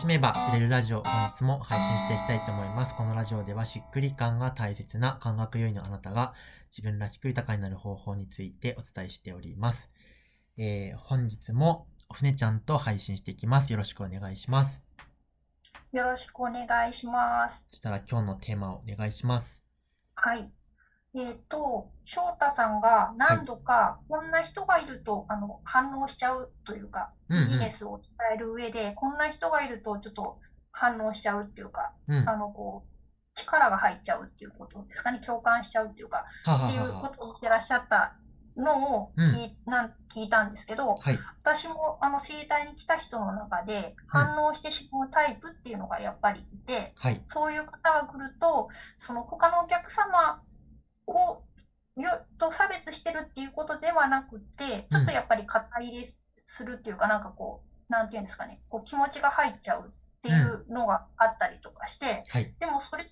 しめば売れるラジオ、本日も配信していきたいと思います。このラジオではしっくり感が大切な感覚優位のあなたが自分らしく豊かになる方法についてお伝えしております。本日もおふねちゃんと配信していきます。よろしくお願いします。 よろしくお願いします。 そしたら今日のテーマをお願いします。 はい。翔太さんがはい。 何度かこんな人がいると反応しちゃうというか、 うんビジネスを伝える上で、こんな人がいるとちょっと反応しちゃうっていうか、 うん。うん。 力が入っちゃうっていうことですかね、共感しちゃうっていうか、 ははっていうはは。 ことを言ってらっしゃったのをうん。 聞いたんですけど、 はい。 私も整体に来た人の中でうん。 反応してしまうタイプっていうのがやっぱりいて、 はい。 そういう方が来ると、その他のお客様を差別してるっていうことではなくて、 うん。 ちょっとやっぱり肩入れするっていうか、なんていうんですかね、気持ちが入っちゃうってうん。 いうのがあったりとかして、 はい。 でもそれって、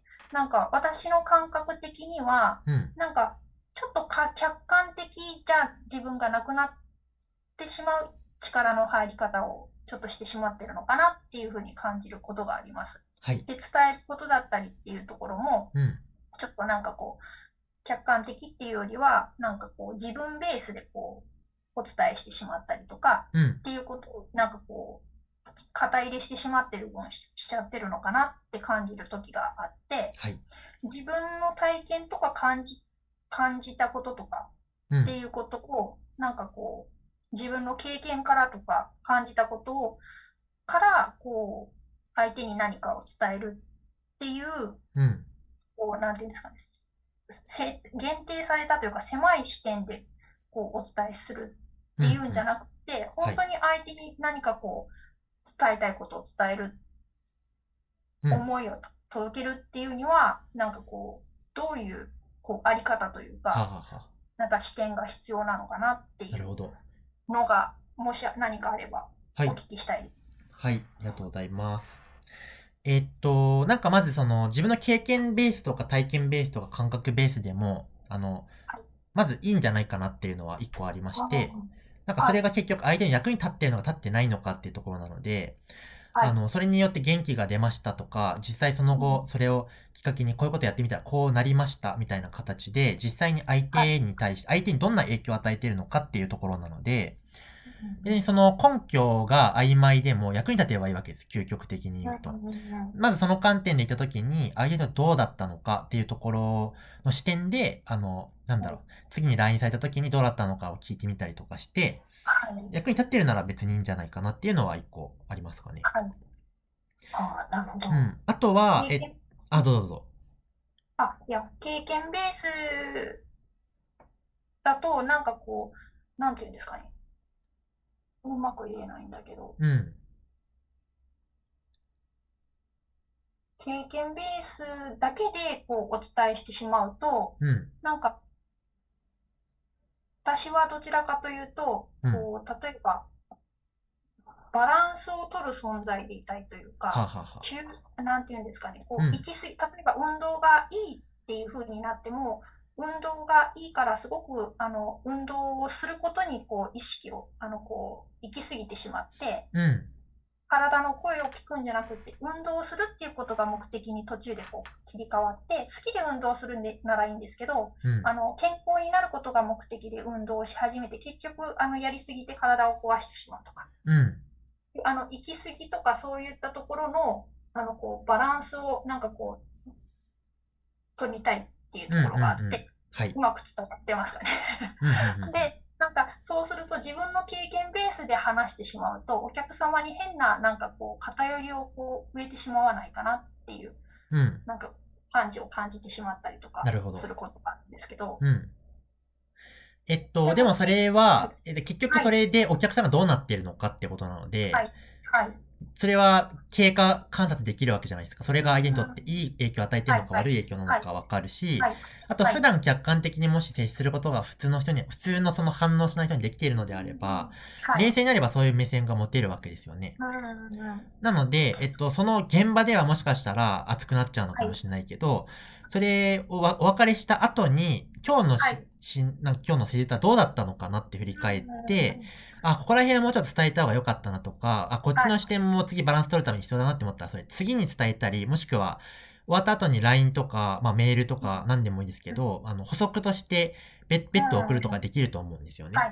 私の感覚的には、 うん。 なんかちょっと客観的じゃ自分がなくなってしまう力の入り方をちょっとしてしまってるのかなっていうふうに感じることがあります。 はい。 で、伝えることだったりっていうところも、 うん。 ちょっと客観的っていうよりは、自分ベースでお伝えしてしまったりとか、 うん。 っていうことを、肩入れしてしまってる分しちゃってるのかなって感じる時があって、 はい。 自分の体験とか感じたこととかうん。 っていうことを、自分の経験からとか感じたことを、から、相手に何かを伝えるっていう、 うん。 なんていうんですかね、限定されたというか狭い視点でお伝えするうん。 っていうんうん。 じゃなくて、 はい。 本当に相手に何か伝えたいことを伝える、 うん。 思いを届けるっていうには、どういうあり方というか、 ははは。 視点が必要なのかなっていうなるほど。 のが、もし何かあればはい。 お聞きしたいです。 はい。ありがとうございます。なんかまずその自分の経験ベースとか体験ベースとか感覚ベースでも、 はい。 まずいいんじゃないかなっていうのは一個ありましあて、なんかそはい。 れが結局相手に役に立っているのか立ってないのかっていうところなので、 はい。 それによって元気が出ましたとか、実際その後、 うん。 それをきっかけにこういうことやってみたらこうなりましたみたいな形で、実際に相はい。 手に対して、相手にどんな影響を与えているのかっていうところなので、 うんで、その根拠が曖昧でも役に立てればいいわけです。究極的に言うと。 うんうん。 まずその観点で言ったときに、相手とどうだったのかっていうところの視点で、 はい。 次に LINE されたときにどうだったのかを聞いてみたりとかして、 はい。 役に立ってるなら別にいいんじゃないかなっていうのは一個ありますかね。 はい。なるほど。 うん。あとは、 経験、 どうぞ。 いや、経験ベースだと、なんていうんですかね。うまく言えないんだけど、 うん。 経験ベースだけでお伝えしてしまうと、 うん。 なんか私はどちらかというと、 うん。 例えばバランスを取る存在でいたいというか、 はあ、はあはあ、 なんていうんですかね、 うん。 行き過ぎ、例えば運動がいいっていう風になっても、運動がいいからすごく、運動をすることに、意識を、行き過ぎてしまって、 うん。 体の声を聞くんじゃなくて、運動をするっていうことが目的に途中で切り替わって、好きで運動するならいいんですけど、 うん。 健康になることが目的で運動をし始めて、結局、やりすぎて体を壊してしまうとか、 うん。 行き過ぎとかそういったところの、バランスを取りたいっていううん。うん。 ところがあっうん。 て、 はい。 うまく伝わってますかね。 うん。うん。うん。 で、そうすると自分の経験ベースで話してしまうと、お客様に変な、偏りを植えてしまわないかなっていう、 うん。 なんか、感じを感じてしまったりとかなるほど。 することがあるんですけど、 うん。ででも、 もそれは、 はい、 結局はい、 それでお客さんがどうなっているのかってことなので、 はい、はい、 それは経過観察できるわけじゃないですか。それが相手にとってうん、 いい影響を与えていはい、 るのかはい、 悪い影響なのはい、 かわかるし、 はい、 あとはい、 普段客観的にもし接することが普通のその反応しない人にできているのでうん、 あれば、 はい、 冷静になればそういう目線が持てるわけですよね。 うん、うん、 なので、その現場ではもしかしたら熱くなっちゃうのはい、 かもしれないけど、それをお別れした後に、今日のはい、 なんか今日の施術はどうだったのかなって振り返って、 うん、 あ、ここら辺はもうちょっと伝えた方が良かったなとか、あ、こっちはい。 の視点も次バランス取るために必要だなって思ったら、それ次に伝えたり、もしくは、終わった後に LINE とか、まあメールとか何でもいいですけうん。 ど、補足として別途送るとかできると思うんですよね。 はい。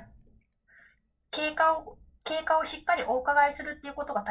経過をしっかりお伺いするっていうことが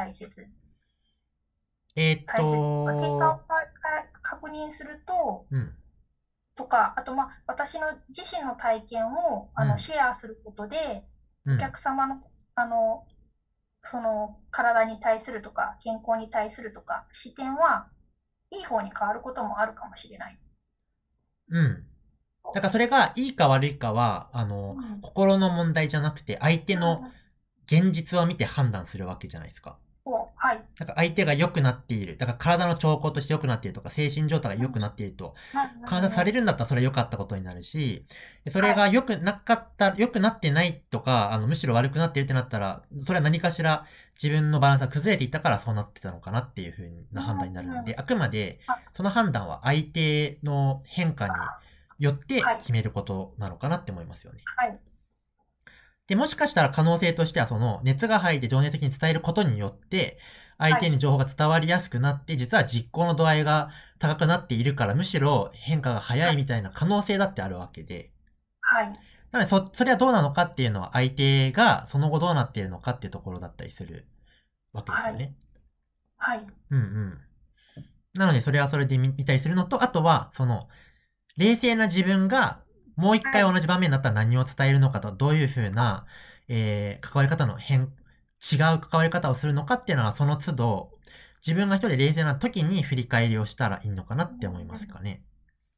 えーっ大切。経過をと、 確認すると、 うん、 とか、あと、私の自身の体験をうん、 シェアすることで、おうん、 客様の、あの、その体に対するとか、健康に対するとか、視点はいい方に変わることもあるかもしれない。 うん。だからそれがいいか悪いかは、 うん。 心の問題じゃなくて、相手のうん。 現実を見て判断するわけじゃないですか。 はい。 だから相手が良くなっている。だから体の兆候として良くなっているとか、精神状態がうん。 良くなっていると、観察うん。うん。 されるんだったらそれは良かったことになるし、それはい。 が良くなかった、良くなってないとか、むしろ悪くなっているってなったら、それは何かしら自分のバランスが崩れていったからそうなってたのかなっていう風な判断になるうん。 んで、あくまで、 あ、 その判断は相手の変化によってはい。 決めることなのかなって思いますよね。 はい。 で、もしかしたら可能性としては、その、熱が入って情熱的に伝えることによって、相はい。 手に情報が伝わりやすくなって、実は実行の度合いが高くなっているから、むしろ変化が早はい。 いみたいな可能性だってあるわけで、 はい。 なので、それはどうなのかっていうのは、相手がその後どうなっているのかっていうところだったりするわけですはい。 よね。 はい。 うんうん。なので、それはそれで見たりするのと、あとは、その、冷静な自分がもう一回はい。 同じ場面になったら何を伝えるのかと、どういうふうな、関わり方の違う関わり方をするのかっていうのはその都度、自分が一人で冷静な時に振り返りをしたらいいのかなって思いますかね。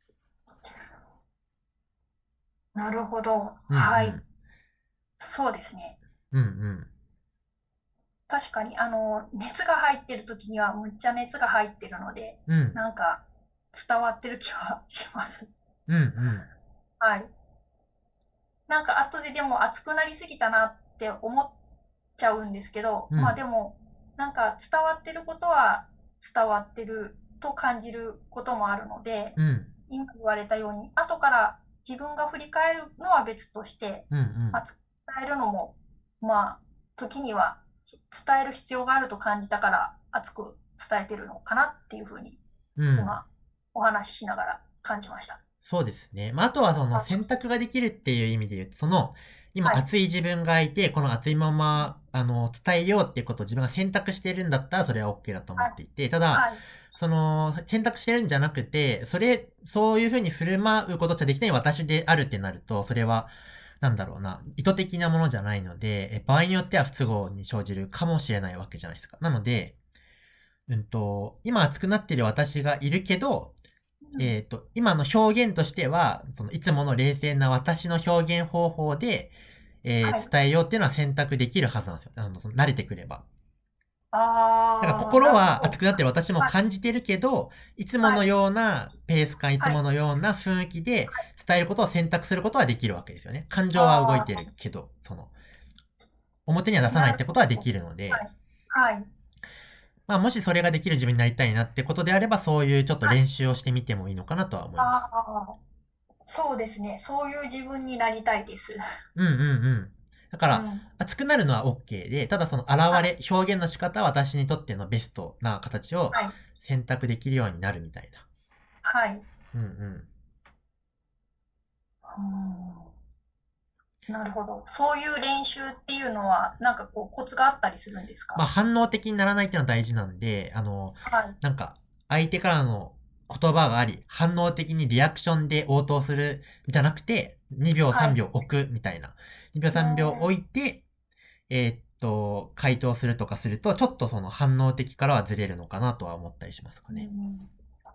なるほど。 うんうはい。 ん。 そうですね。 うんうん。 確かに、熱が入ってる時にはむっちゃ熱が入ってるので、 うん。 なんか伝わってる気はします。 うんうん。 はい。なんか後ででも熱くなりすぎたなって思っちゃうんですけど、 うん。 でも、なんか伝わってることは伝わってると感じることもあるので、 うん。 今言われたように、後から自分が振り返るのは別として、 うんうん。 伝えるのも、時には伝える必要があると感じたから熱く伝えてるのかなっていうふうに、 うん。 今、お話ししながら感じました。 そうですね。まあ、あとはその選択ができるっていう意味で言うと、その、今はい。 熱い自分がいて、この熱いまま、伝えようっていうことを自分が選択してるんだったら、それは OK だと思はい。 っていて、ただ、 はい。 その、選択してるんじゃなくて、そういうふうに振る舞うことじゃできない私であるってなると、それは、なんだろうな、意図的なものじゃないので、場合によっては不都合に生じるかもしれないわけじゃないですか。なので、今熱くなっている私がいるけど、 うん。 今の表現としては、そのいつもの冷静な私の表現方法で、 はい。 伝えようっていうのは選択できるはずなんですよ。その慣れてくれば。だからああ、 心なるほど。 は熱くなってる私もはい。 感じてるけど、いつもはい。 のようなペース感、いつはい。 ものような雰囲気で伝えることを選択することはできるわけですよね。感情は動いてあるけど、表には出あ、 さないっなるてことはでほど。 きるので、 はい。はい。 まあもしそれができる自分になりたいなってことであれば、そういうちょっとはい。 練習をしてみてもいいのかなとは思います。 ああ、そうですね。そういう自分になりたいです。 うんうんうん。だから、 うん。 熱くなるのは OK で、ただその現はい。 れ、表現の仕方は私にとってのベストな形をはい。 選択できるようになるみたいな。 はい。 うんうん。 うん。なるほど。そういう練習っていうのは、なんかこう、コツがあったりするんですか？ まあ反応的にならないっていうのは大事なんで、 はい。 なんか、相手からの言葉があり、反応的にリアクションで応答するじゃなくて、2秒3 はい。 秒置くみたいな。2秒う 3秒置ん。 いて、回答するとかすると、ちょっとその反応的からはずれるのかなとは思ったりしますかうね。 ん。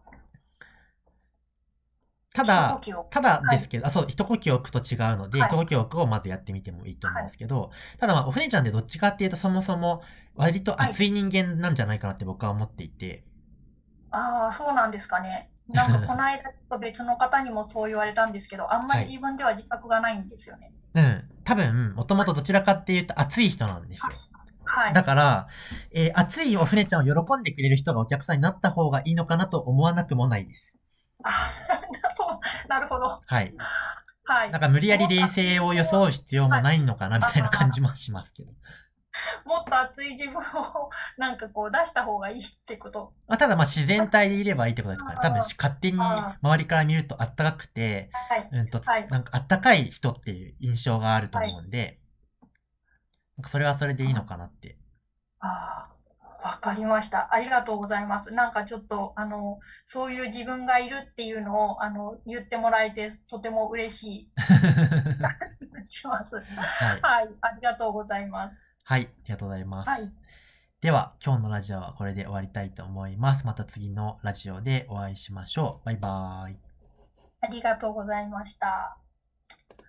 ただ、 一呼吸を。 ただはい。 ですけど、そう、一呼吸置くと違うので、 はい。 一呼吸置くをまずやってみてもいいと思うんではい。 すけど、ただまあ、お船ちゃんでどっちかっていうと、そもそも、割とはい。 熱い人間なんじゃないかなって僕は思っていて、 ああ、そうなんですかね。なんかこの間別の方にもそう言われたんですけど、あんまはい。 り自分では自覚がないんですよね。 うん。多分、もともはい。 とどちらかっていうと熱い人なんですよ。 はい。 だから、熱いお船ちゃんを喜んでくれる人がお客さんになった方がいいのかなと思わなくもないです。 あ、そう、なるほど。 はい。 はい。 なんか無理やり冷もっと熱い静を自分を、 装う必要もはい。 ないのかなみたいな感あじもしますけど。 もっと熱い自分をなんかこう出した方がいいってこと。 まあ、ただまあ自然体でいればいいってことですから、多分あ勝手にあ、 周りから見るとあったかくて、 はい。はい。 なんかあったかい人っていう印象があるとはい。 思うんで、なんかそれはそれでいいのかなって。 ああ、わかりました。ありがとうございます。なんかちょっと、そういう自分がいるっていうのを、言ってもらえて、とても嬉しい気がします。 はい。 はい。ありがとうございます。 はい。ありがとうございます。 はい。 では、今日のラジオはこれで終わりたいと思います。また次のラジオでお会いしましょう。バイバーイ。 ありがとうございました。